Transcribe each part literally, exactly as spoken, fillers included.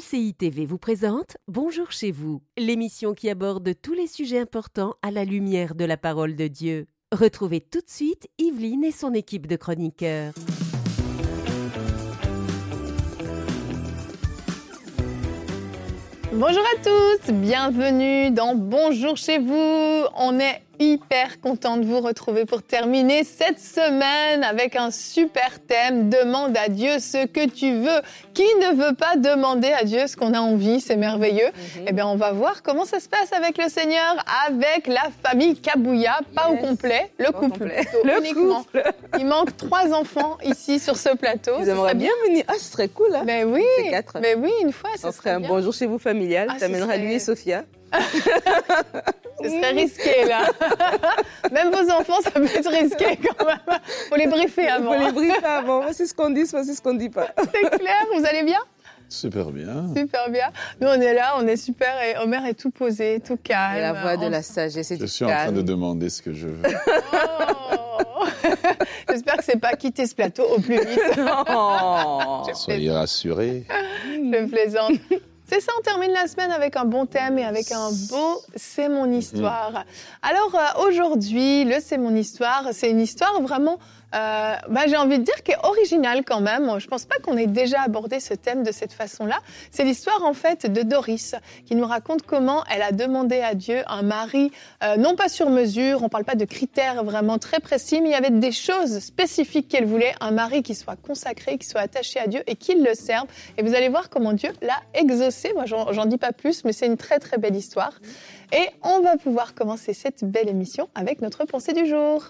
C I T V vous présente Bonjour chez vous, l'émission qui aborde tous les sujets importants à la lumière de la parole de Dieu. Retrouvez tout de suite Yveline et son équipe de chroniqueurs. Bonjour à tous, bienvenue dans Bonjour chez vous. On est hyper content de vous retrouver pour terminer cette semaine avec un super thème. Demande à Dieu ce que tu veux. Qui ne veut pas demander à Dieu ce qu'on a envie? C'est merveilleux. Mm-hmm. Eh bien, on va voir comment ça se passe avec le Seigneur, avec la famille Kabouya, pas yes. au complet, le pas couple. Complet. Le uniquement. Couple. Il manque trois enfants ici sur ce plateau. Vous aimeriez bien venir? Ah, ce serait cool. Hein? Ben oui. C'est quatre. Ben oui, une fois, ça on serait ferait un bien. Bonjour chez vous familial. Ah, t'amèneras serait... lui et Sophia. Ce serait risqué, là. Même vos enfants, ça peut être risqué quand même. Faut les briefer avant. Faut les briefer avant. C'est ce qu'on dit, c'est ce qu'on dit pas. C'est clair, vous allez bien? Super bien. Super bien. Nous, on est là, on est super et Omer est tout posé, tout calme. Et la voix de on... la sagesse et je du suis calme. en train de demander ce que je veux. Oh. J'espère que c'est pas quitter ce plateau au plus vite. Oh. Soyez rassurés. Je plaisante. C'est ça, on termine la semaine avec un bon thème et avec un beau « C'est mon histoire mmh. ». Alors euh, aujourd'hui, le « C'est mon histoire », c'est une histoire vraiment, euh, bah, j'ai envie de dire, qui est originale quand même. Je ne pense pas qu'on ait déjà abordé ce thème de cette façon-là. C'est l'histoire en fait de Doris, qui nous raconte comment elle a demandé à Dieu un mari, euh, non pas sur mesure, on ne parle pas de critères vraiment très précis, mais il y avait des choses spécifiques qu'elle voulait, un mari qui soit consacré, qui soit attaché à Dieu et qui le serve. Et vous allez voir comment Dieu l'a exaucé. Moi, j'en, j'en dis pas plus, mais c'est une très, très belle histoire. Et on va pouvoir commencer cette belle émission avec notre pensée du jour.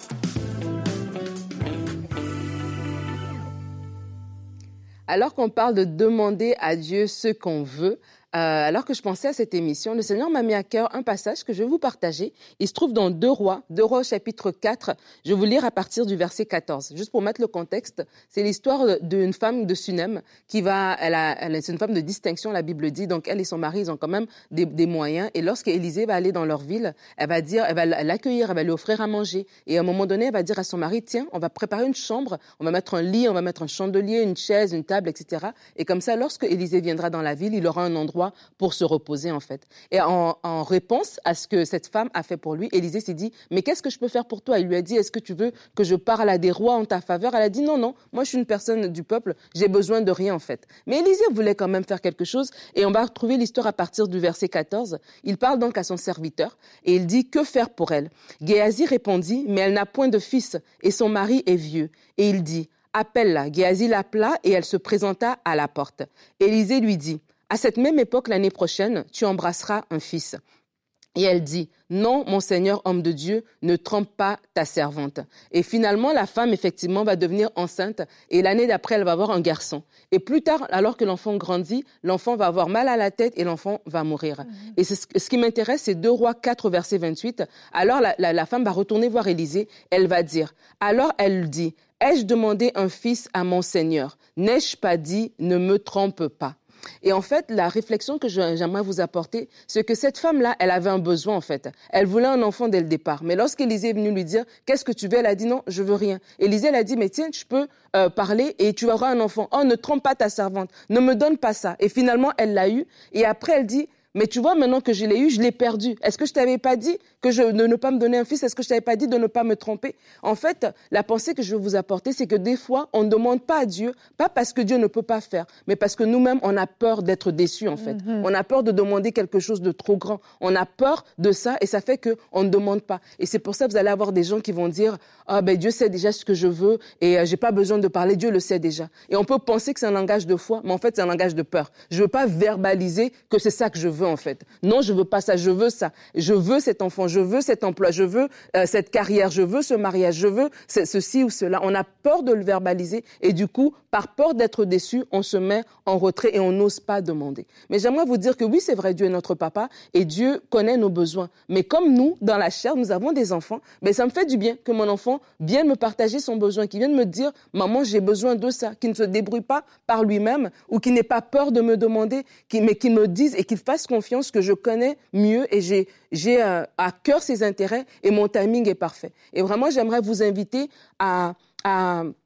Alors qu'on parle de demander à Dieu ce qu'on veut, Euh, alors que je pensais à cette émission, le Seigneur m'a mis à cœur un passage que je vais vous partager. Il se trouve dans deux Rois, deux Rois au chapitre quatre. Je vais vous lire à partir du verset quatorze. Juste pour mettre le contexte, c'est l'histoire d'une femme de Sunem qui va, elle a, elle, c'est une femme de distinction, la Bible dit. Donc elle et son mari, ils ont quand même des, des moyens. Et lorsqu'Élisée va aller dans leur ville, elle va dire, elle va l'accueillir, elle va lui offrir à manger. Et à un moment donné, elle va dire à son mari, tiens, on va préparer une chambre, on va mettre un lit, on va mettre un chandelier, une chaise, une table, et cetera. Et comme ça, lorsque Élisée viendra dans la ville, il aura un endroit pour se reposer en fait. Et en, en réponse à ce que cette femme a fait pour lui, Élisée s'est dit, mais qu'est-ce que je peux faire pour toi? Il lui a dit, est-ce que tu veux que je parle à des rois en ta faveur? Elle a dit, non, non, moi je suis une personne du peuple, j'ai besoin de rien en fait. Mais Élisée voulait quand même faire quelque chose et on va retrouver l'histoire à partir du verset quatorze. Il parle donc à son serviteur et il dit, que faire pour elle? Géasi répondit, mais elle n'a point de fils et son mari est vieux. Et il dit, appelle-la. Géasi l'appela et elle se présenta à la porte. Élisée lui dit, à cette même époque, l'année prochaine, tu embrasseras un fils. Et elle dit, non, mon Seigneur, homme de Dieu, ne trompe pas ta servante. Et finalement, la femme, effectivement, va devenir enceinte et l'année d'après, elle va avoir un garçon. Et plus tard, alors que l'enfant grandit, l'enfant va avoir mal à la tête et l'enfant va mourir. Mmh. Et c'est ce, ce qui m'intéresse, c'est deux Rois quatre, verset vingt-huit. Alors, la, la, la femme va retourner voir Élisée. Elle va dire, alors elle dit, ai-je demandé un fils à mon Seigneur? N'ai-je pas dit, ne me trompe pas? Et en fait, la réflexion que je, j'aimerais vous apporter, c'est que cette femme-là, elle avait un besoin en fait. Elle voulait un enfant dès le départ. Mais lorsqu'Élisée est venu lui dire, qu'est-ce que tu veux? Elle a dit non, je veux rien. Élisée, elle a dit, mais tiens, tu peux euh, parler et tu auras un enfant. Oh, ne trompe pas ta servante, ne me donne pas ça. Et finalement, elle l'a eu. Et après, elle dit, mais tu vois, maintenant que je l'ai eu, je l'ai perdu. Est-ce que je t'avais pas dit que je, de ne pas me donner un fils? Est-ce que je t'avais pas dit de ne pas me tromper? En fait, la pensée que je veux vous apporter, c'est que des fois, on ne demande pas à Dieu, pas parce que Dieu ne peut pas faire, mais parce que nous-mêmes, on a peur d'être déçus, en fait. Mm-hmm. On a peur de demander quelque chose de trop grand. On a peur de ça et ça fait qu'on ne demande pas. Et c'est pour ça que vous allez avoir des gens qui vont dire, ah ben Dieu sait déjà ce que je veux et euh, j'ai pas besoin de parler, Dieu le sait déjà. Et on peut penser que c'est un langage de foi, mais en fait, c'est un langage de peur. Je veux pas verbaliser que c'est ça que je veux, en fait. Non, je veux pas ça, je veux ça. Je veux cet enfant, je veux cet emploi, je veux euh, cette carrière, je veux ce mariage, je veux ce, ceci ou cela. On a peur de le verbaliser et du coup, par peur d'être déçu, on se met en retrait et on n'ose pas demander. Mais j'aimerais vous dire que oui, c'est vrai, Dieu est notre papa et Dieu connaît nos besoins. Mais comme nous, dans la chair, nous avons des enfants, ben ça me fait du bien que mon enfant vienne me partager son besoin, qu'il vienne me dire, maman, j'ai besoin de ça, qu'il ne se débrouille pas par lui-même ou qu'il n'ait pas peur de me demander, mais qu'il me dise et qu'il fasse confiance que je connais mieux et j'ai, j'ai euh, à cœur ses intérêts et mon timing est parfait. Et vraiment, j'aimerais vous inviter à, à,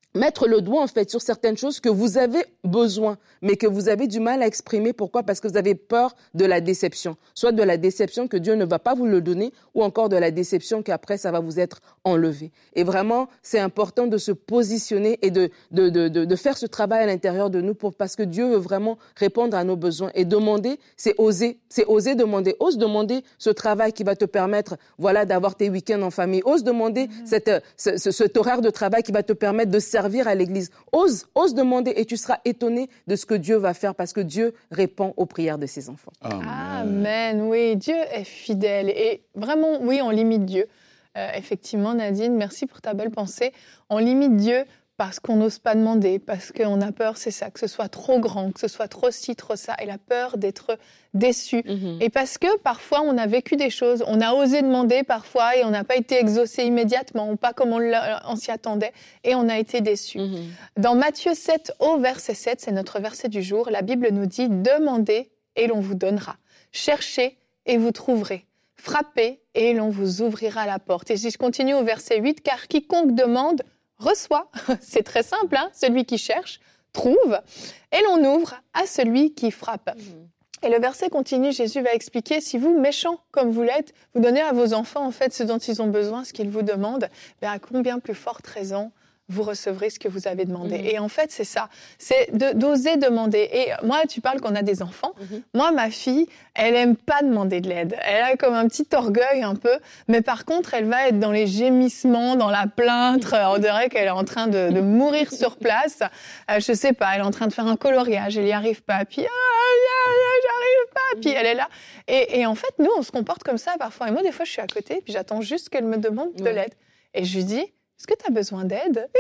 mettre le doigt en fait sur certaines choses que vous avez besoin, mais que vous avez du mal à exprimer. Pourquoi? Parce que vous avez peur de la déception. Soit de la déception que Dieu ne va pas vous le donner, ou encore de la déception qu'après ça va vous être enlevé. Et vraiment, c'est important de se positionner et de, de, de, de, de faire ce travail à l'intérieur de nous pour, parce que Dieu veut vraiment répondre à nos besoins. Et demander, c'est oser. C'est oser demander. Ose demander ce travail qui va te permettre, voilà, d'avoir tes week-ends en famille. Ose demander mmh. cette, ce, ce, cet horaire de travail qui va te permettre de servir à l'église. Ose, ose demander et tu seras étonné de ce que Dieu va faire parce que Dieu répond aux prières de ses enfants. Amen. Amen. Oui, Dieu est fidèle et vraiment, oui, on limite Dieu. Euh, effectivement, Nadine, merci pour ta belle pensée. On limite Dieu parce qu'on n'ose pas demander, parce qu'on a peur, c'est ça, que ce soit trop grand, que ce soit trop ci, trop ça, et la peur d'être déçu. Mm-hmm. Et parce que parfois, on a vécu des choses, on a osé demander parfois et on n'a pas été exaucé immédiatement, ou pas comme on, on s'y attendait, et on a été déçu. Mm-hmm. Dans Matthieu sept, au verset sept, c'est notre verset du jour, la Bible nous dit « Demandez et l'on vous donnera. Cherchez et vous trouverez. Frappez et l'on vous ouvrira la porte. » Et si je continue au verset huit, « Car quiconque demande, reçoit. » C'est très simple, hein, celui qui cherche, trouve, et l'on ouvre à celui qui frappe. Mmh. Et le verset continue, Jésus va expliquer, si vous, méchants comme vous l'êtes, vous donnez à vos enfants en fait ce dont ils ont besoin, ce qu'ils vous demandent, ben à combien plus forte raison vous recevrez ce que vous avez demandé. Mmh. Et en fait, c'est ça, c'est de, d'oser demander. Et moi, tu parles qu'on a des enfants. Mmh. Moi, ma fille, elle aime pas demander de l'aide. Elle a comme un petit orgueil un peu, mais par contre, elle va être dans les gémissements, dans la plainte. On dirait qu'elle est en train de, de mourir sur place. Euh, je sais pas, elle est en train de faire un coloriage, elle y arrive pas. Puis, ah, j'arrive pas. Puis elle est là. Et, et en fait, nous, on se comporte comme ça parfois. Et moi, des fois, je suis à côté, puis j'attends juste qu'elle me demande de l'aide. Et je lui dis, est-ce que tu as besoin d'aide?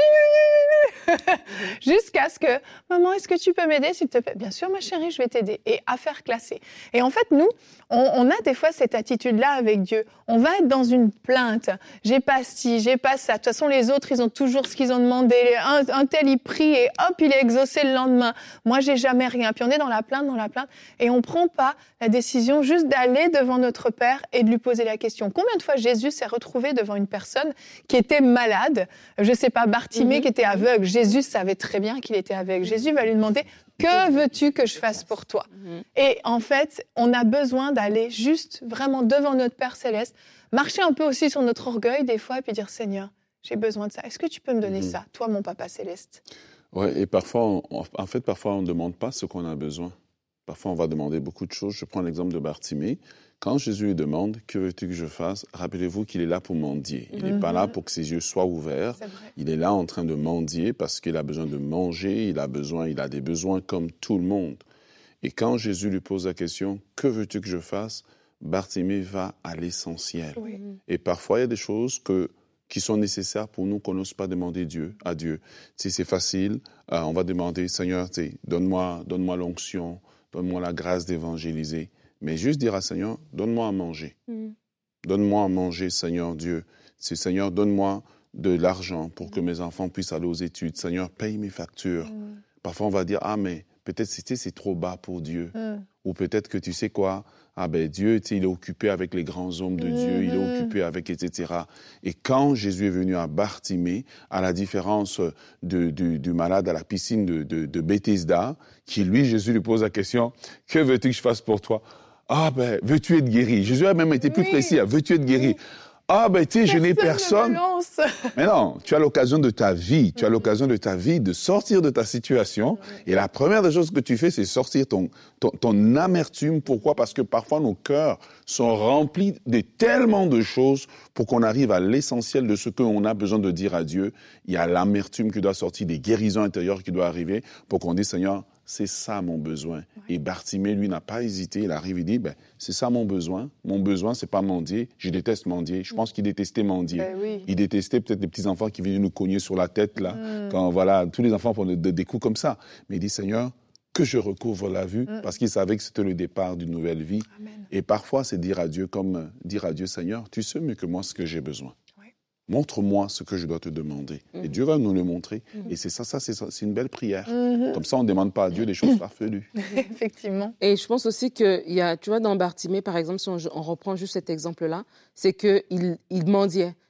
Jusqu'à ce que, maman, est-ce que tu peux m'aider, s'il te plaît? Bien sûr, ma chérie, je vais t'aider. Et affaire classée. Et en fait, nous, on, on a des fois cette attitude-là avec Dieu. On va être dans une plainte. J'ai pas ci, j'ai pas ça. De toute façon, les autres, ils ont toujours ce qu'ils ont demandé. Un, un tel, il prie et hop, il est exaucé le lendemain. Moi, j'ai jamais rien. Puis on est dans la plainte, dans la plainte. Et on prend pas la décision juste d'aller devant notre Père et de lui poser la question. Combien de fois Jésus s'est retrouvé devant une personne qui était malade? Je sais pas, Bartimée mm-hmm. qui était aveugle. Jésus savait très bien qu'il était aveugle. Jésus va lui demander « Que veux-tu que je fasse pour toi ?» mm-hmm. Et en fait, on a besoin d'aller juste vraiment devant notre Père Céleste, marcher un peu aussi sur notre orgueil des fois, et puis dire « Seigneur, j'ai besoin de ça. Est-ce que tu peux me donner mm-hmm. ça, toi, mon Papa Céleste ?» Oui, et parfois, on, en fait, parfois, on ne demande pas ce qu'on a besoin. Parfois, on va demander beaucoup de choses. Je prends l'exemple de Bartimée. Quand Jésus lui demande « Que veux-tu que je fasse ?» Rappelez-vous qu'il est là pour mendier. Il n'est mm-hmm. pas là pour que ses yeux soient ouverts. Il est là en train de mendier parce qu'il a besoin de manger, il a besoin, il a des besoins comme tout le monde. Et quand Jésus lui pose la question « Que veux-tu que je fasse ?» Bartimée va à l'essentiel. Oui. Et parfois, il y a des choses que, qui sont nécessaires pour nous qu'on n'ose pas demander Dieu, à Dieu. Si c'est facile, euh, on va demander « Seigneur, donne-moi, donne-moi l'onction, donne-moi la grâce d'évangéliser. » Mais juste dire à Seigneur, donne-moi à manger. Mm. Donne-moi à manger, Seigneur Dieu. C'est Seigneur, donne-moi de l'argent pour mm. que mes enfants puissent aller aux études. Seigneur, paye mes factures. Mm. Parfois, on va dire, ah, mais peut-être c'était c'est trop bas pour Dieu. Mm. Ou peut-être que tu sais quoi, ah ben Dieu, il est occupé avec les grands hommes de mm. Dieu, il est occupé avec, et cetera. Et quand Jésus est venu à Bartimée, à la différence de, de, du malade à la piscine de, de, de Bethesda, qui lui, Jésus lui pose la question, que veux-tu que je fasse pour toi? Ah ben, veux-tu être guéri? Jésus a même été plus oui. précis. Veux-tu être guéri? Oui. Ah ben, tu sais, je n'ai personne. Mais non, tu as l'occasion de ta vie. Tu as l'occasion de ta vie de sortir de ta situation. Et la première des choses que tu fais, c'est sortir ton, ton, ton amertume. Pourquoi? Parce que parfois, nos cœurs sont remplis de tellement de choses pour qu'on arrive à l'essentiel de ce qu'on a besoin de dire à Dieu. Il y a l'amertume qui doit sortir, des guérisons intérieures qui doivent arriver pour qu'on dise, Seigneur, c'est ça mon besoin. Ouais. Et Bartimée, lui, n'a pas hésité. Il arrive, il dit, ben, c'est ça mon besoin. Mon besoin, c'est pas mendier. Je déteste mendier. Je pense qu'il détestait mendier. Ben oui. Il détestait peut-être les petits-enfants qui venaient nous cogner sur la tête, là. Mm. Quand, voilà, tous les enfants font de, de, des coups comme ça. Mais il dit, Seigneur, que je recouvre la vue, mm. parce qu'il savait que c'était le départ d'une nouvelle vie. Amen. Et parfois, c'est dire à Dieu, comme dire à Dieu, Seigneur, tu sais mieux que moi ce que j'ai besoin. Montre-moi ce que je dois te demander. Mm-hmm. Et Dieu va nous le montrer. Mm-hmm. Et c'est ça, ça c'est, c'est une belle prière. Mm-hmm. Comme ça, on ne demande pas à Dieu des choses farfelues. Effectivement. Et je pense aussi qu'il y a, tu vois, dans Bartimée, par exemple, si on, on reprend juste cet exemple-là, c'est qu'il il mendiait.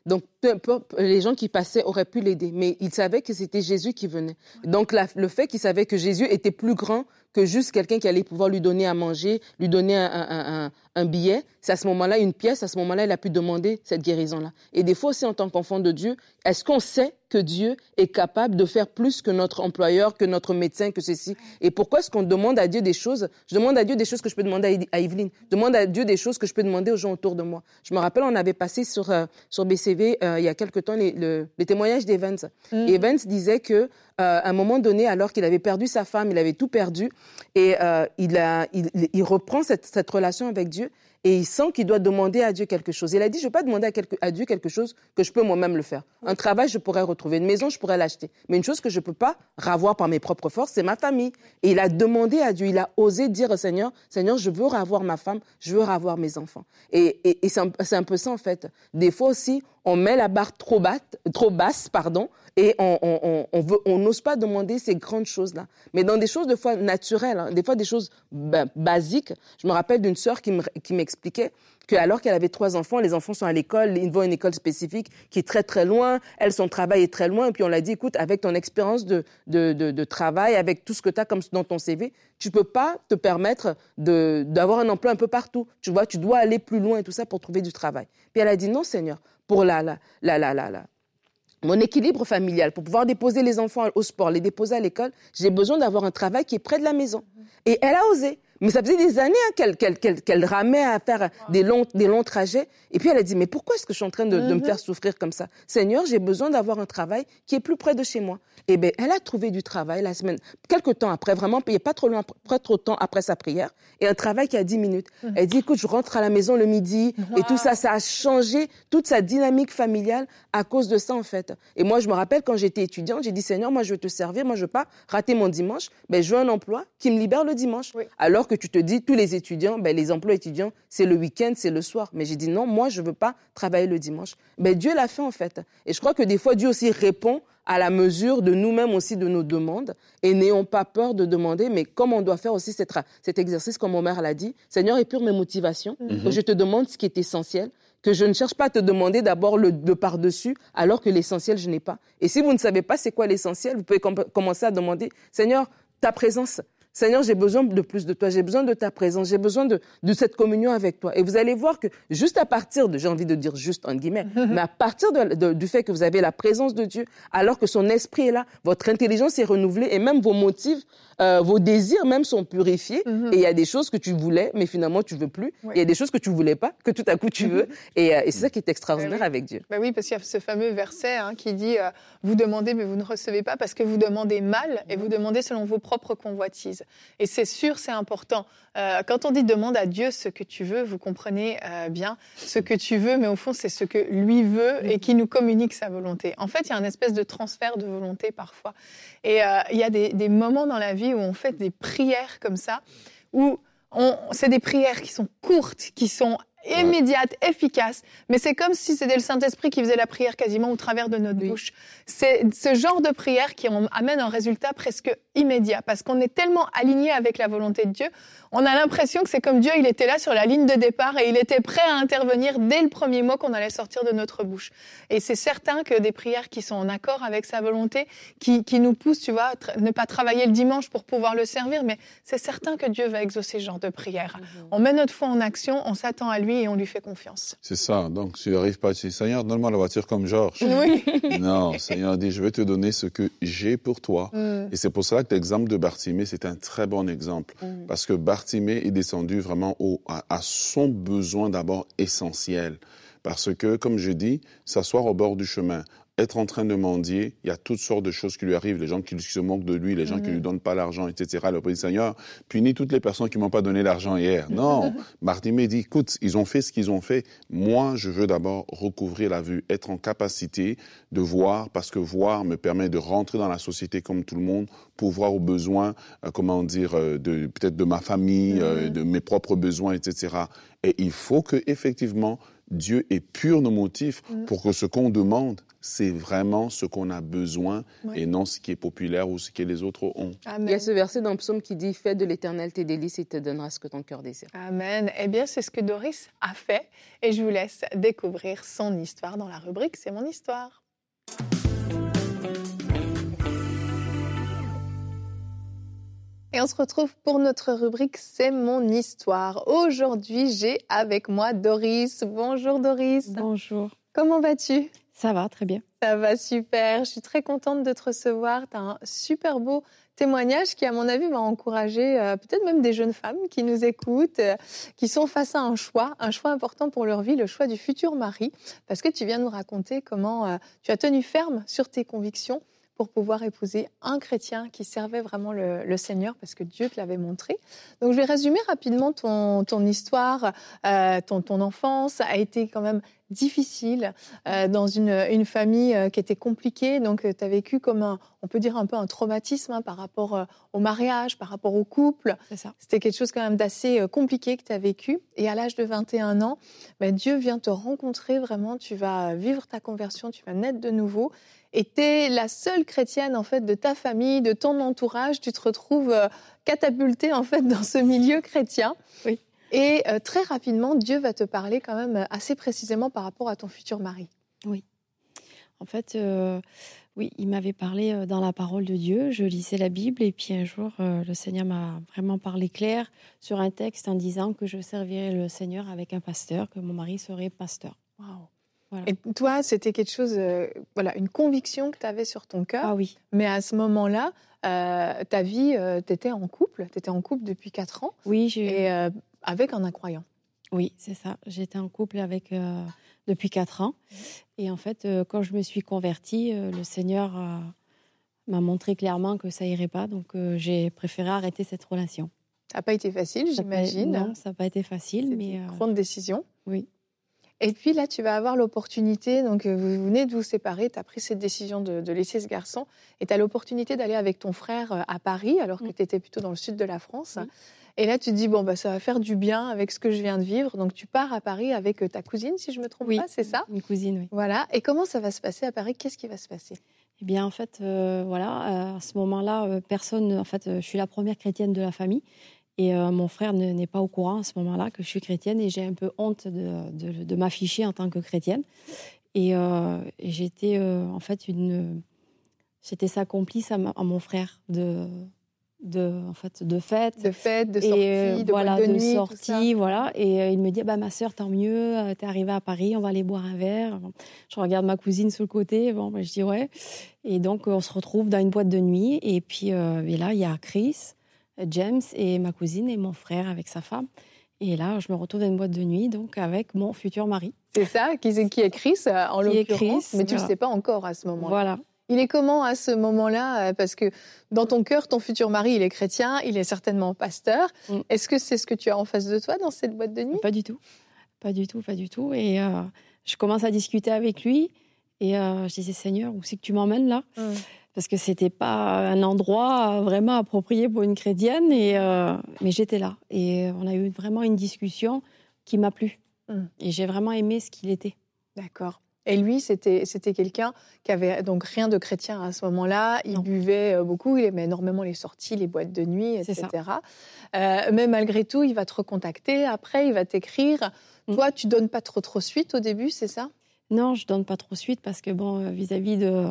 Donc, peu importe, les gens qui passaient auraient pu l'aider. Mais il savait que c'était Jésus qui venait. Donc, la, le fait qu'il savait que Jésus était plus grand que juste quelqu'un qui allait pouvoir lui donner à manger, lui donner un, un, un, un billet, c'est à ce moment-là, une pièce, à ce moment-là, il a pu demander cette guérison-là. Et des fois aussi, en tant qu'enfant de Dieu, est-ce qu'on sait que Dieu est capable de faire plus que notre employeur, que notre médecin, que ceci? Et pourquoi est-ce qu'on demande à Dieu des choses? Je demande à Dieu des choses que je peux demander à Yveline. Je demande à Dieu des choses que je peux demander aux gens autour de moi. Je me rappelle, on avait passé sur, euh, sur B C V euh, il y a quelque temps les, le, les témoignages d'Evans. Mm. Et Evans disait que, euh, à un moment donné, alors qu'il avait perdu sa femme, il avait tout perdu, et euh, il, a, il, il reprend cette, cette relation avec Dieu. Et il sent qu'il doit demander à Dieu quelque chose. Il a dit, je ne veux pas demander à, quelque, à Dieu quelque chose que je peux moi-même le faire. Un travail, je pourrais retrouver. Une maison, je pourrais l'acheter. Mais une chose que je ne peux pas ravoir par mes propres forces, c'est ma famille. Et il a demandé à Dieu, il a osé dire au Seigneur, Seigneur, je veux ravoir ma femme, je veux ravoir mes enfants. Et, et, et c'est, un, c'est un peu ça, en fait. Des fois aussi, on met la barre trop, basse, trop basse, pardon, et on on, on, veut, on n'ose pas demander ces grandes choses-là. Mais dans des choses, des fois, naturelles, hein, des fois, des choses bah, basiques. Je me rappelle d'une sœur qui, me, qui m'expliquait qu'alors qu'elle avait trois enfants, les enfants sont à l'école, ils vont à une école spécifique qui est très, très loin, elle, son travail est très loin, et puis on l'a dit, écoute, avec ton expérience de, de, de, de travail, avec tout ce que tu as comme dans ton C V, tu peux pas te permettre de, d'avoir un emploi un peu partout. Tu vois, tu dois aller plus loin et tout ça pour trouver du travail. Puis elle a dit, non, Seigneur, pour la, la, la, la, la, la mon équilibre familial, pour pouvoir déposer les enfants au sport, les déposer à l'école, j'ai besoin d'avoir un travail qui est près de la maison. Et elle a osé. Mais ça faisait des années hein, qu'elle, qu'elle, qu'elle, qu'elle ramait à faire des longs, des longs trajets. Et puis elle a dit, mais pourquoi est-ce que je suis en train de, mm-hmm. de me faire souffrir comme ça? Seigneur, j'ai besoin d'avoir un travail qui est plus près de chez moi. Et bien, elle a trouvé du travail la semaine, quelques temps après, vraiment, il n'y a pas trop loin, pas trop de temps après sa prière, et un travail qui a dix minutes. Mm-hmm. Elle dit, écoute, je rentre à la maison le midi, wow. et tout ça, ça a changé toute sa dynamique familiale à cause de ça, en fait. Et moi, je me rappelle, quand j'étais étudiante, j'ai dit, Seigneur, moi, je veux te servir, moi, je veux pas rater mon dimanche, ben, je veux un emploi qui me libère le dimanche. Oui. Alors que tu te dis, tous les étudiants, ben, les emplois étudiants, c'est le week-end, c'est le soir. Mais j'ai dit, non, moi, je veux pas travailler le dimanche. Ben, Dieu l'a fait, en fait. Et je crois que des fois, Dieu aussi répond à la mesure de nous-mêmes aussi, de nos demandes. Et n'ayons pas peur de demander, mais comme on doit faire aussi cet, cet exercice, comme mon mère l'a dit, Seigneur, épure mes motivations, mm-hmm. que je te demande ce qui est essentiel, que je ne cherche pas à te demander d'abord le, le par-dessus, alors que l'essentiel, je n'ai pas. Et si vous ne savez pas c'est quoi l'essentiel, vous pouvez com- commencer à demander, Seigneur, ta présence. Seigneur, j'ai besoin de plus de toi, j'ai besoin de ta présence, j'ai besoin de, de cette communion avec toi. Et vous allez voir que juste à partir de, j'ai envie de dire juste entre guillemets, mais à partir de, de, du fait que vous avez la présence de Dieu, alors que son esprit est là, votre intelligence est renouvelée et même vos motifs, euh, vos désirs même sont purifiés. Mm-hmm. Et il y a des choses que tu voulais, mais finalement tu veux plus. Oui. Il y a des choses que tu voulais pas, que tout à coup tu veux. Et, euh, et c'est ça qui est extraordinaire ben oui. avec Dieu. Ben oui, parce qu'il y a ce fameux verset hein, qui dit euh, « Vous demandez, mais vous ne recevez pas parce que vous demandez mal et vous demandez selon vos propres convoitises. » Et c'est sûr, c'est important. Euh, quand on dit « demande à Dieu ce que tu veux », vous comprenez euh, bien ce que tu veux, mais au fond, c'est ce que lui veut et qui nous communique sa volonté. En fait, il y a une espèce de transfert de volonté parfois. Et euh, il y a des, des moments dans la vie où on fait des prières comme ça, où on, c'est des prières qui sont courtes, qui sont immédiate, efficace, mais c'est comme si c'était le Saint-Esprit qui faisait la prière quasiment au travers de notre oui. bouche. C'est ce genre de prière qui amène un résultat presque immédiat, parce qu'on est tellement aligné avec la volonté de Dieu, on a l'impression que c'est comme Dieu, il était là sur la ligne de départ et il était prêt à intervenir dès le premier mot qu'on allait sortir de notre bouche. Et c'est certain que des prières qui sont en accord avec sa volonté, qui, qui nous poussent, tu vois, tra- ne pas travailler le dimanche pour pouvoir le servir, mais c'est certain que Dieu va exaucer ce genre de prière. Mm-hmm. On met notre foi en action, on s'attend à lui et on lui fait confiance. C'est ça. Donc, tu n'arrives pas à dire, Seigneur, donne-moi la voiture comme Georges. Oui. Non, Seigneur dit, je vais te donner ce que j'ai pour toi. Mm. Et c'est pour cela que l'exemple de Bartimée, c'est un très bon exemple. Mm. Parce que Bartimée est descendu vraiment au, à, à son besoin d'abord essentiel. Parce que, comme je dis, s'asseoir au bord du chemin, être en train de mendier, il y a toutes sortes de choses qui lui arrivent, les gens qui se moquent de lui, les gens mm-hmm. qui lui donnent pas l'argent, et cetera. Le président Seigneur punit toutes les personnes qui m'ont pas donné l'argent hier. Non, Bartimée dit, écoute, ils ont fait ce qu'ils ont fait. Moi, je veux d'abord recouvrir la vue, être en capacité de voir, parce que voir me permet de rentrer dans la société comme tout le monde, pour voir aux besoins, euh, comment dire, euh, de peut-être de ma famille, mm-hmm. euh, de mes propres besoins, et cetera. Et il faut que effectivement Dieu épure nos motifs Mm. pour que ce qu'on demande, c'est vraiment ce qu'on a besoin Ouais. et non ce qui est populaire ou ce que les autres ont. Amen. Il y a ce verset dans le psaume qui dit « Fais de l'Éternel tes délices, il te donnera ce que ton cœur désire. Amen. Eh bien, c'est ce que Doris a fait. Et je vous laisse découvrir son histoire dans la rubrique C'est mon histoire. Et on se retrouve pour notre rubrique C'est mon histoire. Aujourd'hui, j'ai avec moi Doris. Bonjour Doris. Bonjour. Comment vas-tu ? Ça va, très bien. Ça va super. Je suis très contente de te recevoir. Tu as un super beau témoignage qui, à mon avis, va encourager euh, peut-être même des jeunes femmes qui nous écoutent, euh, qui sont face à un choix, un choix important pour leur vie, le choix du futur mari. Parce que tu viens nous raconter comment euh, tu as tenu ferme sur tes convictions pour pouvoir épouser un chrétien qui servait vraiment le, le Seigneur parce que Dieu te l'avait montré. Donc, je vais résumer rapidement ton, ton histoire. Euh, ton, ton enfance a été quand même difficile euh, dans une, une famille euh, qui était compliquée. Donc, tu as vécu comme, un, on peut dire, un peu un traumatisme hein, par rapport euh, au mariage, par rapport au couple. C'est ça. C'était quelque chose quand même d'assez euh, compliqué que tu as vécu. Et à l'âge de vingt et un ans, ben, Dieu vient te rencontrer vraiment. Tu vas vivre ta conversion, tu vas naître de nouveau. Et tu es la seule chrétienne en fait, de ta famille, de ton entourage. Tu te retrouves euh, catapultée en fait, dans ce milieu chrétien. Oui. Et euh, très rapidement, Dieu va te parler quand même assez précisément par rapport à ton futur mari. Oui. En fait, euh, oui, il m'avait parlé euh, dans la parole de Dieu. Je lisais la Bible et puis un jour, euh, le Seigneur m'a vraiment parlé clair sur un texte en disant que je servirais le Seigneur avec un pasteur, que mon mari serait pasteur. Waouh. Voilà. Et toi, c'était quelque chose, euh, voilà, une conviction que tu avais sur ton cœur. Ah oui. Mais à ce moment-là, euh, ta vie, euh, tu étais en couple. Tu étais en couple depuis quatre ans. Oui, j'ai... Et euh, avec un incroyant. Oui, c'est ça. J'étais en couple avec euh, depuis quatre ans. Et en fait, euh, quand je me suis convertie, euh, le Seigneur euh, m'a montré clairement que ça irait pas. Donc, euh, j'ai préféré arrêter cette relation. Ça n'a pas été facile, Ça a pas- j'imagine. Non, ça n'a pas été facile, C'était mais une euh, grande décision. oui. Et puis là, tu vas avoir l'opportunité, donc euh, vous venez de vous séparer, tu as pris cette décision de, de laisser ce garçon, et tu as l'opportunité d'aller avec ton frère euh, à Paris, alors que Mm. tu étais plutôt dans le sud de la France. Oui. Et là, tu te dis, bon, bah, ça va faire du bien avec ce que je viens de vivre. Donc, tu pars à Paris avec euh, ta cousine, si je ne me trompe Oui. pas, c'est ça ? Une cousine, oui. Voilà. Et comment ça va se passer à Paris ? Qu'est-ce qui va se passer ? Eh bien, en fait, euh, voilà, euh, à ce moment-là, euh, personne. En fait, euh, je suis la première chrétienne de la famille, et euh, mon frère ne- n'est pas au courant à ce moment-là que je suis chrétienne, et j'ai un peu honte de, de- de m'afficher en tant que chrétienne. Et, euh, et j'étais, euh, en fait, une, j'étais sa complice à, ma- à mon frère de, de, en fait, de fête. De fête, de Et, sortie, euh, de voilà, boîte de, de nuit, tout ça. sortie, voilà. Et euh, il me dit, bah, ma sœur, tant mieux, euh, t'es arrivée à Paris, on va aller boire un verre. Bon, je regarde ma cousine sur le côté, bon, bah, je dis ouais. Et donc, euh, on se retrouve dans une boîte de nuit. Et puis, euh, et là, il y a Chris, euh, James et ma cousine et mon frère avec sa femme. Et là, je me retrouve dans une boîte de nuit, donc avec mon futur mari. C'est ça, qui, qui est Chris, euh, en Qui est l'occurrence. Chris, Mais tu ne le voilà. sais pas encore à ce moment-là. Voilà. Il est comment à ce moment-là ? Parce que dans ton cœur, ton futur mari, il est chrétien, il est certainement pasteur. Mm. Est-ce que c'est ce que tu as en face de toi dans cette boîte de nuit ? Pas du tout. Pas du tout, pas du tout. Et euh, je commence à discuter avec lui. Et euh, je disais, Seigneur, où c'est que tu m'emmènes là ? Mm. Parce que c'était pas un endroit vraiment approprié pour une chrétienne. Et, euh, mais j'étais là. Et on a eu vraiment une discussion qui m'a plu. Mm. Et j'ai vraiment aimé ce qu'il était. D'accord. Et lui, c'était c'était quelqu'un qui avait donc rien de chrétien à ce moment-là. Il Non. buvait euh, beaucoup, il aimait énormément les sorties, les boîtes de nuit, C'est et cetera. ça. Euh, mais malgré tout, il va te recontacter. Après, il va t'écrire. Mm. Toi, tu donnes pas trop trop suite au début, c'est ça ? Non, je donne pas trop suite parce que, bon, euh, vis-à-vis de,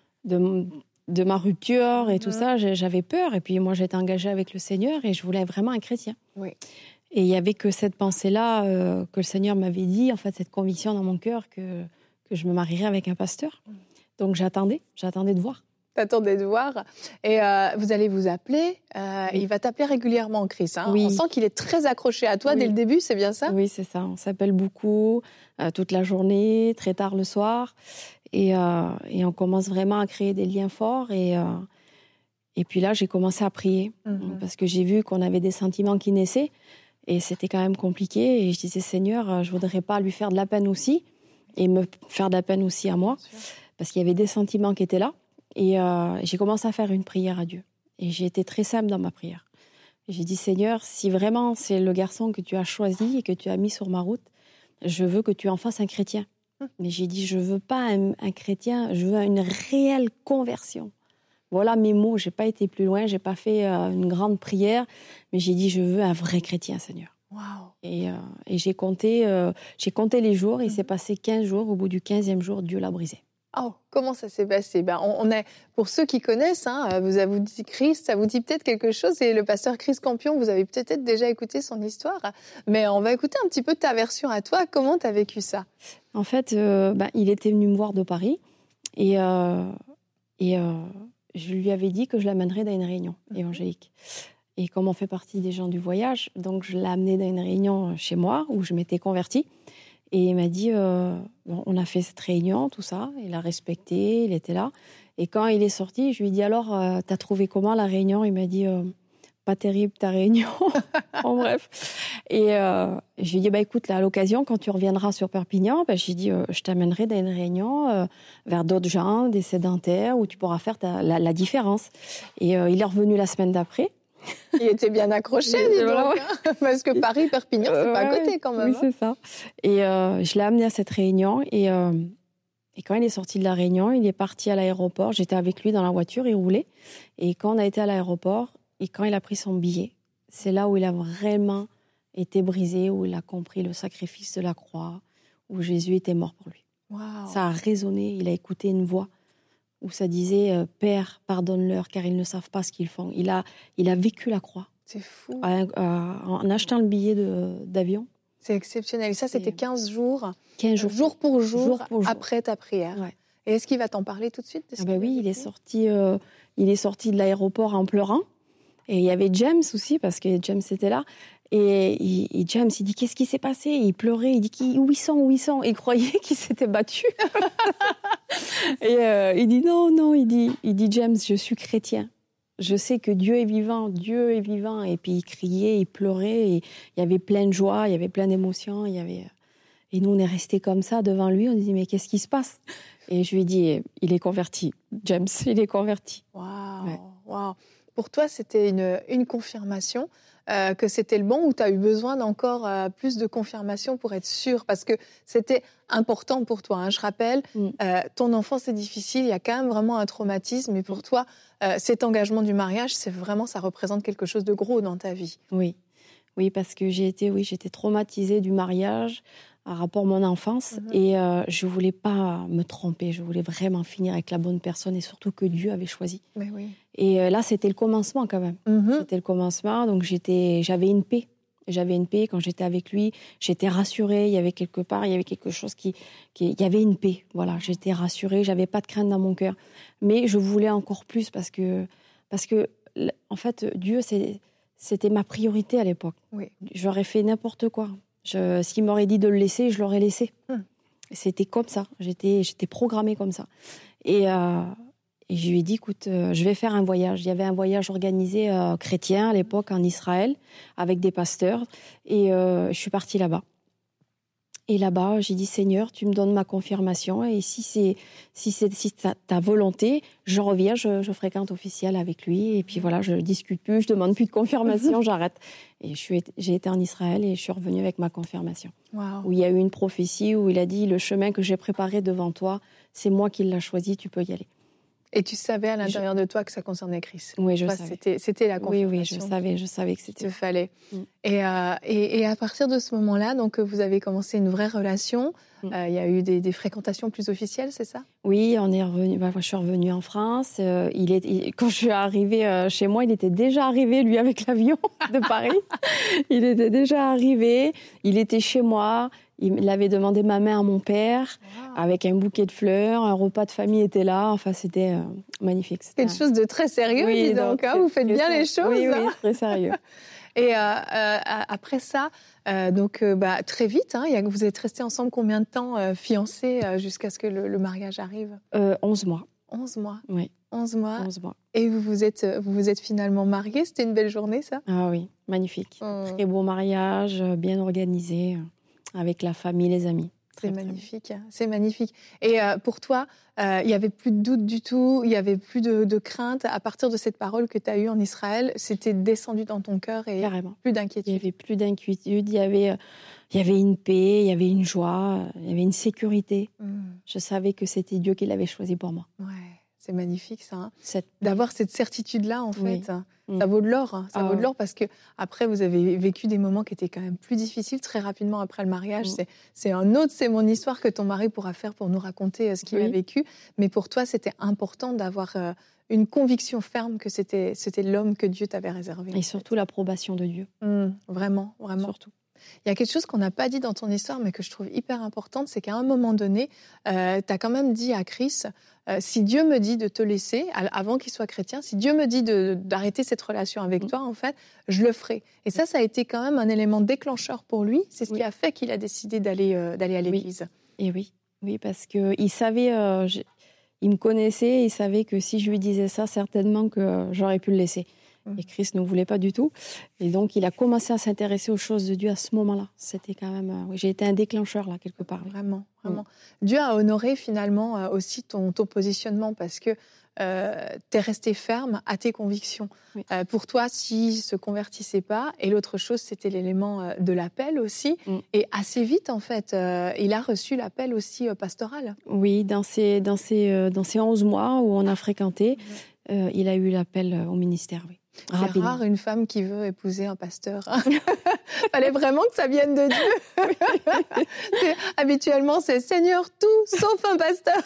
de, de ma rupture et tout Mhm. ça, j'ai- j'avais peur. Et puis, moi, j'étais engagée avec le Seigneur et je voulais vraiment un chrétien. Oui. Et il y avait que cette pensée-là euh, que le Seigneur m'avait dit, en fait, cette conviction dans mon cœur que, que je me marierais avec un pasteur. Donc, j'attendais, j'attendais de voir. T'attendais de voir. Et euh, vous allez vous appeler. Euh, Oui. Il va t'appeler régulièrement, Chris. Hein. Oui. On sent qu'il est très accroché à toi Oui. dès le début, c'est bien ça ? Oui, c'est ça. On s'appelle beaucoup, euh, toute la journée, très tard le soir. Et, euh, et on commence vraiment à créer des liens forts. Et, euh, et puis là, j'ai commencé à prier. Mhm. Parce que j'ai vu qu'on avait des sentiments qui naissaient. Et c'était quand même compliqué. Et je disais, Seigneur, euh, je voudrais pas lui faire de la peine aussi. Et me faire de la peine aussi à moi. Parce qu'il y avait des sentiments qui étaient là. Et euh, j'ai commencé à faire une prière à Dieu. Et j'ai été très simple dans ma prière. J'ai dit, Seigneur, si vraiment c'est le garçon que tu as choisi et que tu as mis sur ma route, je veux que tu en fasses un chrétien. Mais j'ai dit, je veux pas un, un chrétien, je veux une réelle conversion. Voilà mes mots, j'ai pas été plus loin, j'ai pas fait euh, une grande prière, mais j'ai dit, je veux un vrai chrétien, Seigneur. Wow. Et, euh, et j'ai compté, euh, j'ai compté les jours, il s'est passé quinze jours, au bout du quinzième jour, Dieu l'a brisé. Oh, comment ça s'est passé? Ben, on, on est, pour ceux qui connaissent, hein, vous avez dit Christ, ça vous dit peut-être quelque chose. Et le pasteur Chris Campion, vous avez peut-être déjà écouté son histoire. Mais on va écouter un petit peu ta version à toi. Comment tu as vécu ça? En fait, euh, ben, il était venu me voir de Paris. Et, euh, et euh, je lui avais dit que je l'amènerais dans une réunion évangélique. Et comme on fait partie des gens du voyage, donc je l'ai amené dans une réunion chez moi où je m'étais convertie. Et il m'a dit, euh, bon, on a fait cette réunion, tout ça, il a respecté, il était là. Et quand il est sorti, je lui ai dit, alors, euh, t'as trouvé comment la réunion? Il m'a dit, euh, pas terrible ta réunion. En bref. Et euh, je lui ai dit, bah, écoute, là, à l'occasion, quand tu reviendras sur Perpignan, bah, j'ai dit, euh, je t'amènerai dans une réunion euh, vers d'autres gens, des sédentaires, où tu pourras faire ta, la, la différence. Et euh, il est revenu la semaine d'après. Il était bien accroché, dis donc, hein, parce que Paris, Perpignan, c'est euh, pas à côté quand même. Oui, hein. c'est ça. Et euh, je l'ai amené à cette réunion. Et, euh, et quand il est sorti de la réunion, il est parti à l'aéroport. J'étais avec lui dans la voiture, il roulait. Et quand on a été à l'aéroport, et quand il a pris son billet, c'est là où il a vraiment été brisé, où il a compris le sacrifice de la croix, où Jésus était mort pour lui. Wow. Ça a résonné, il a écouté une voix où ça disait euh, « Père, pardonne-leur, car ils ne savent pas ce qu'ils font ». Il a, il a vécu la croix. C'est fou. À, à, en achetant le billet de, d'avion. C'est exceptionnel. Et ça, c'était quinze jours, quinze jours, jour pour jour, jour, pour jour. après ta prière. Ouais. Et est-ce qu'il va t'en parler tout de suite de ce ah ben oui, il est, fait sorti, euh, il est sorti de l'aéroport en pleurant. Et il y avait James aussi, parce que James était là. Et, il, et James, il dit, qu'est-ce qui s'est passé? Il pleurait, il dit, où ils sont, où ils sont? Il croyait qu'il s'était battu. Et euh, il dit, non, non, il dit, il dit, James, je suis chrétien. Je sais que Dieu est vivant, Dieu est vivant. Et puis il criait, il pleurait, et il y avait plein de joie, il y avait plein d'émotions. Il y avait... Et nous, on est restés comme ça devant lui, on dit, mais qu'est-ce qui se passe? Et je lui ai dit, il est converti, James, il est converti. Waouh, ouais. waouh. Pour toi, c'était une, une confirmation euh, que c'était le bon, ou tu as eu besoin d'encore euh, plus de confirmation pour être sûr? Parce que c'était important pour toi. Hein. Je rappelle, mm. euh, ton enfance est difficile, il y a quand même vraiment un traumatisme. Mais pour toi, euh, cet engagement du mariage, c'est vraiment, ça représente quelque chose de gros dans ta vie. Oui, oui, parce que j'ai été, oui, j'étais traumatisée du mariage à rapport à mon enfance. Mm-hmm. Et euh, je ne voulais pas me tromper. Je voulais vraiment finir avec la bonne personne, et surtout que Dieu avait choisi. Mais oui. Et euh, là, c'était le commencement quand même. Mm-hmm. C'était le commencement. Donc, j'étais, j'avais une paix. J'avais une paix quand j'étais avec lui. J'étais rassurée. Il y avait quelque part, il y avait quelque chose qui... qui il y avait une paix. Voilà, j'étais rassurée. Je n'avais pas de crainte dans mon cœur. Mais je voulais encore plus parce que, parce que en fait, Dieu, c'est, c'était ma priorité à l'époque. Oui. J'aurais fait n'importe quoi. Je, s'il m'aurait dit de le laisser, je l'aurais laissé. Hum. C'était comme ça. J'étais, j'étais programmée comme ça. Et, euh, et je lui ai dit, écoute, euh, je vais faire un voyage. Il y avait un voyage organisé euh, chrétien à l'époque en Israël avec des pasteurs. Et euh, je suis partie là-bas. Et là-bas, j'ai dit, Seigneur, tu me donnes ma confirmation. Et si c'est, si c'est si ta, ta volonté, je reviens, je, je fréquente officiel avec lui. Et puis voilà, je ne discute plus, je ne demande plus de confirmation, j'arrête. Et je suis, j'ai été en Israël et je suis revenue avec ma confirmation. Wow. Où il y a eu une prophétie, où il a dit, le chemin que j'ai préparé devant toi, c'est moi qui l'ai choisi, tu peux y aller. Et tu savais à l'intérieur je... de toi que ça concernait Christ. Oui, je Toi, savais. C'était, c'était la confirmation. Oui, oui, je savais, je savais que c'était. Il te fallait. Mm. Et, euh, et, et à partir de ce moment-là, donc vous avez commencé une vraie relation. Il mm. euh, y a eu des, des fréquentations plus officielles, c'est ça? Oui, on est revenu. Bah, je suis revenue en France. Euh, il est, il, quand je suis arrivée euh, chez moi, il était déjà arrivé, lui, avec l'avion de Paris. Il était déjà arrivé. Il était chez moi. Il avait demandé ma main à mon père, wow. avec un bouquet de fleurs, un repas de famille était là, enfin c'était euh, magnifique. C'était quelque chose de très sérieux, oui, dis donc, hein, vous faites bien les choses. Oui, hein. oui, très sérieux. Et euh, euh, après ça, euh, donc euh, bah, très vite, hein, y a, vous êtes restés ensemble combien de temps, euh, fiancés, euh, jusqu'à ce que le, le mariage arrive? euh, onze mois. onze mois. Oui. onze mois. onze mois. Et vous vous êtes, vous vous êtes finalement mariés, c'était une belle journée, ça? Ah oui, magnifique. Mmh. Très beau mariage, bien organisé. Avec la famille, les amis. C'est magnifique, c'est magnifique. Et euh, pour toi, euh, il n'y avait plus de doute du tout, il n'y avait plus de, de crainte. À partir de cette parole que tu as eue en Israël, c'était descendu dans ton cœur et Carrément. plus d'inquiétude. Il n'y avait plus d'inquiétude, il y avait, euh, il y avait une paix, il y avait une joie, il y avait une sécurité. Mmh. Je savais que c'était Dieu qui l'avait choisi pour moi. Ouais, c'est magnifique ça. Hein. Cette... D'avoir cette certitude-là, en Oui. fait. Mmh. Ça vaut de l'or. Hein. Ça Ah, vaut de ouais. l'or parce que après, vous avez vécu des moments qui étaient quand même plus difficiles très rapidement après le mariage. Mmh. C'est, c'est un autre, c'est mon histoire que ton mari pourra faire pour nous raconter euh, ce qu'il Oui. a vécu. Mais pour toi, c'était important d'avoir euh, une conviction ferme que c'était, c'était l'homme que Dieu t'avait réservé. Et surtout l'approbation de Dieu. Mmh, vraiment, vraiment. Surtout. Il y a quelque chose qu'on n'a pas dit dans ton histoire, mais que je trouve hyper importante, c'est qu'à un moment donné, euh, tu as quand même dit à Chris, euh, si Dieu me dit de te laisser, avant qu'il soit chrétien, si Dieu me dit de, d'arrêter cette relation avec Mmh. toi, en fait, je le ferai. Et ça, ça a été quand même un élément déclencheur pour lui. C'est ce Oui. qui a fait qu'il a décidé d'aller, euh, d'aller à Oui. l'église. Et oui, oui, parce qu'il savait, euh, je- il me connaissait, il savait que si je lui disais ça, certainement que euh, j'aurais pu le laisser. Mm. Et Chris ne voulait pas du tout. Et donc, il a commencé à s'intéresser aux choses de Dieu à ce moment-là. C'était quand même... euh, oui, j'ai été un déclencheur, là, quelque part. oui. Vraiment, vraiment. Dieu a honoré finalement euh, aussi ton, ton positionnement parce que euh, tu es resté ferme à tes convictions. Oui. Euh, pour toi, s'il ne se convertissait pas, et l'autre chose, c'était l'élément euh, de l'appel aussi. Mm. Et assez vite, en fait, euh, il a reçu l'appel aussi euh, pastoral. Oui, dans ces, dans, ces, euh, dans ces onze mois où on a fréquenté, euh, il a eu l'appel euh, au ministère, oui. C'est Rapidement. rare une femme qui veut épouser un pasteur. Fallait vraiment que ça vienne de Dieu. C'est- habituellement, c'est Seigneur tout sauf un pasteur.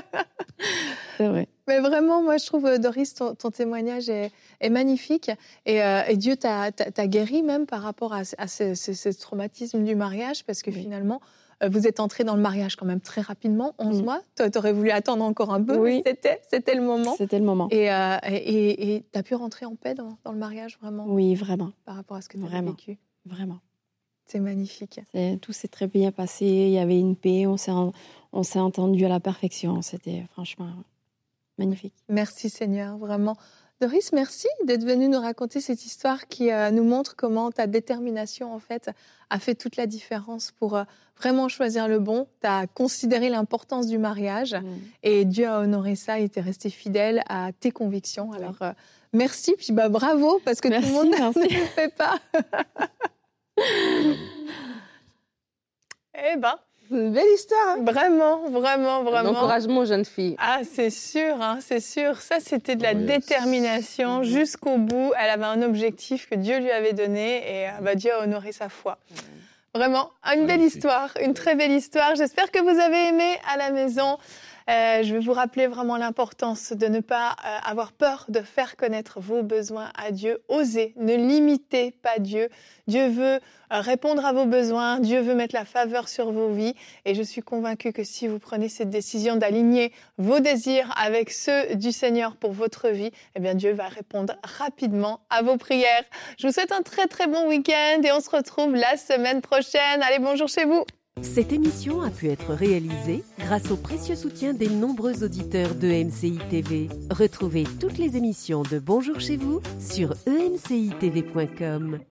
C'est vrai. Mais vraiment, moi, je trouve, Doris, ton, ton témoignage est, est magnifique. Et, euh, et Dieu t'a, t'a, t'a guéri même par rapport à, à ce, ce- ce traumatisme du mariage, parce que Oui. finalement, euh, vous êtes entrés dans le mariage quand même très rapidement, onze Mm. mois. Toi, t'aurais voulu attendre encore un peu, Oui. mais c'était, c'était le moment. C'était le moment. Et euh, et et t'as pu rentrer en paix dans, dans le mariage, vraiment, Oui, vraiment, par rapport à ce que tu as Vraiment. vécu. vraiment. C'est magnifique. C'est- Tout s'est très bien passé. Il y avait une paix. On s'est, en- on s'est entendu à la perfection. C'était franchement magnifique. Merci Seigneur, vraiment. Doris, merci d'être venue nous raconter cette histoire qui euh, nous montre comment ta détermination, en fait, a fait toute la différence pour euh, vraiment choisir le bon. Tu as considéré l'importance du mariage et Dieu a honoré ça et tu es resté fidèle à tes convictions. Alors, euh, merci, puis bah, bravo, parce que Merci, tout le monde merci. ne le fait pas. Eh ben, C'est une belle histoire. Hein. vraiment, vraiment, vraiment. D'encouragement aux jeunes filles. Ah, c'est sûr, hein, c'est sûr. Ça, c'était de la Oh, yes. détermination Mhm. jusqu'au bout. Elle avait un objectif que Dieu lui avait donné et euh, bah, Dieu a honoré sa foi. Vraiment, une belle Magnifique. histoire, une très belle histoire. J'espère que vous avez aimé à la maison. Euh, je vais vous rappeler vraiment l'importance de ne pas euh, avoir peur de faire connaître vos besoins à Dieu. Osez, ne limitez pas Dieu. Dieu veut euh, répondre à vos besoins, Dieu veut mettre la faveur sur vos vies. Et je suis convaincue que si vous prenez cette décision d'aligner vos désirs avec ceux du Seigneur pour votre vie, eh bien Dieu va répondre rapidement à vos prières. Je vous souhaite un très très bon week-end et on se retrouve la semaine prochaine. Allez, bonjour chez vous. Cette émission a pu être réalisée grâce au précieux soutien des nombreux auditeurs de M C I T V. Retrouvez toutes les émissions de Bonjour chez vous sur e m c i t v point com.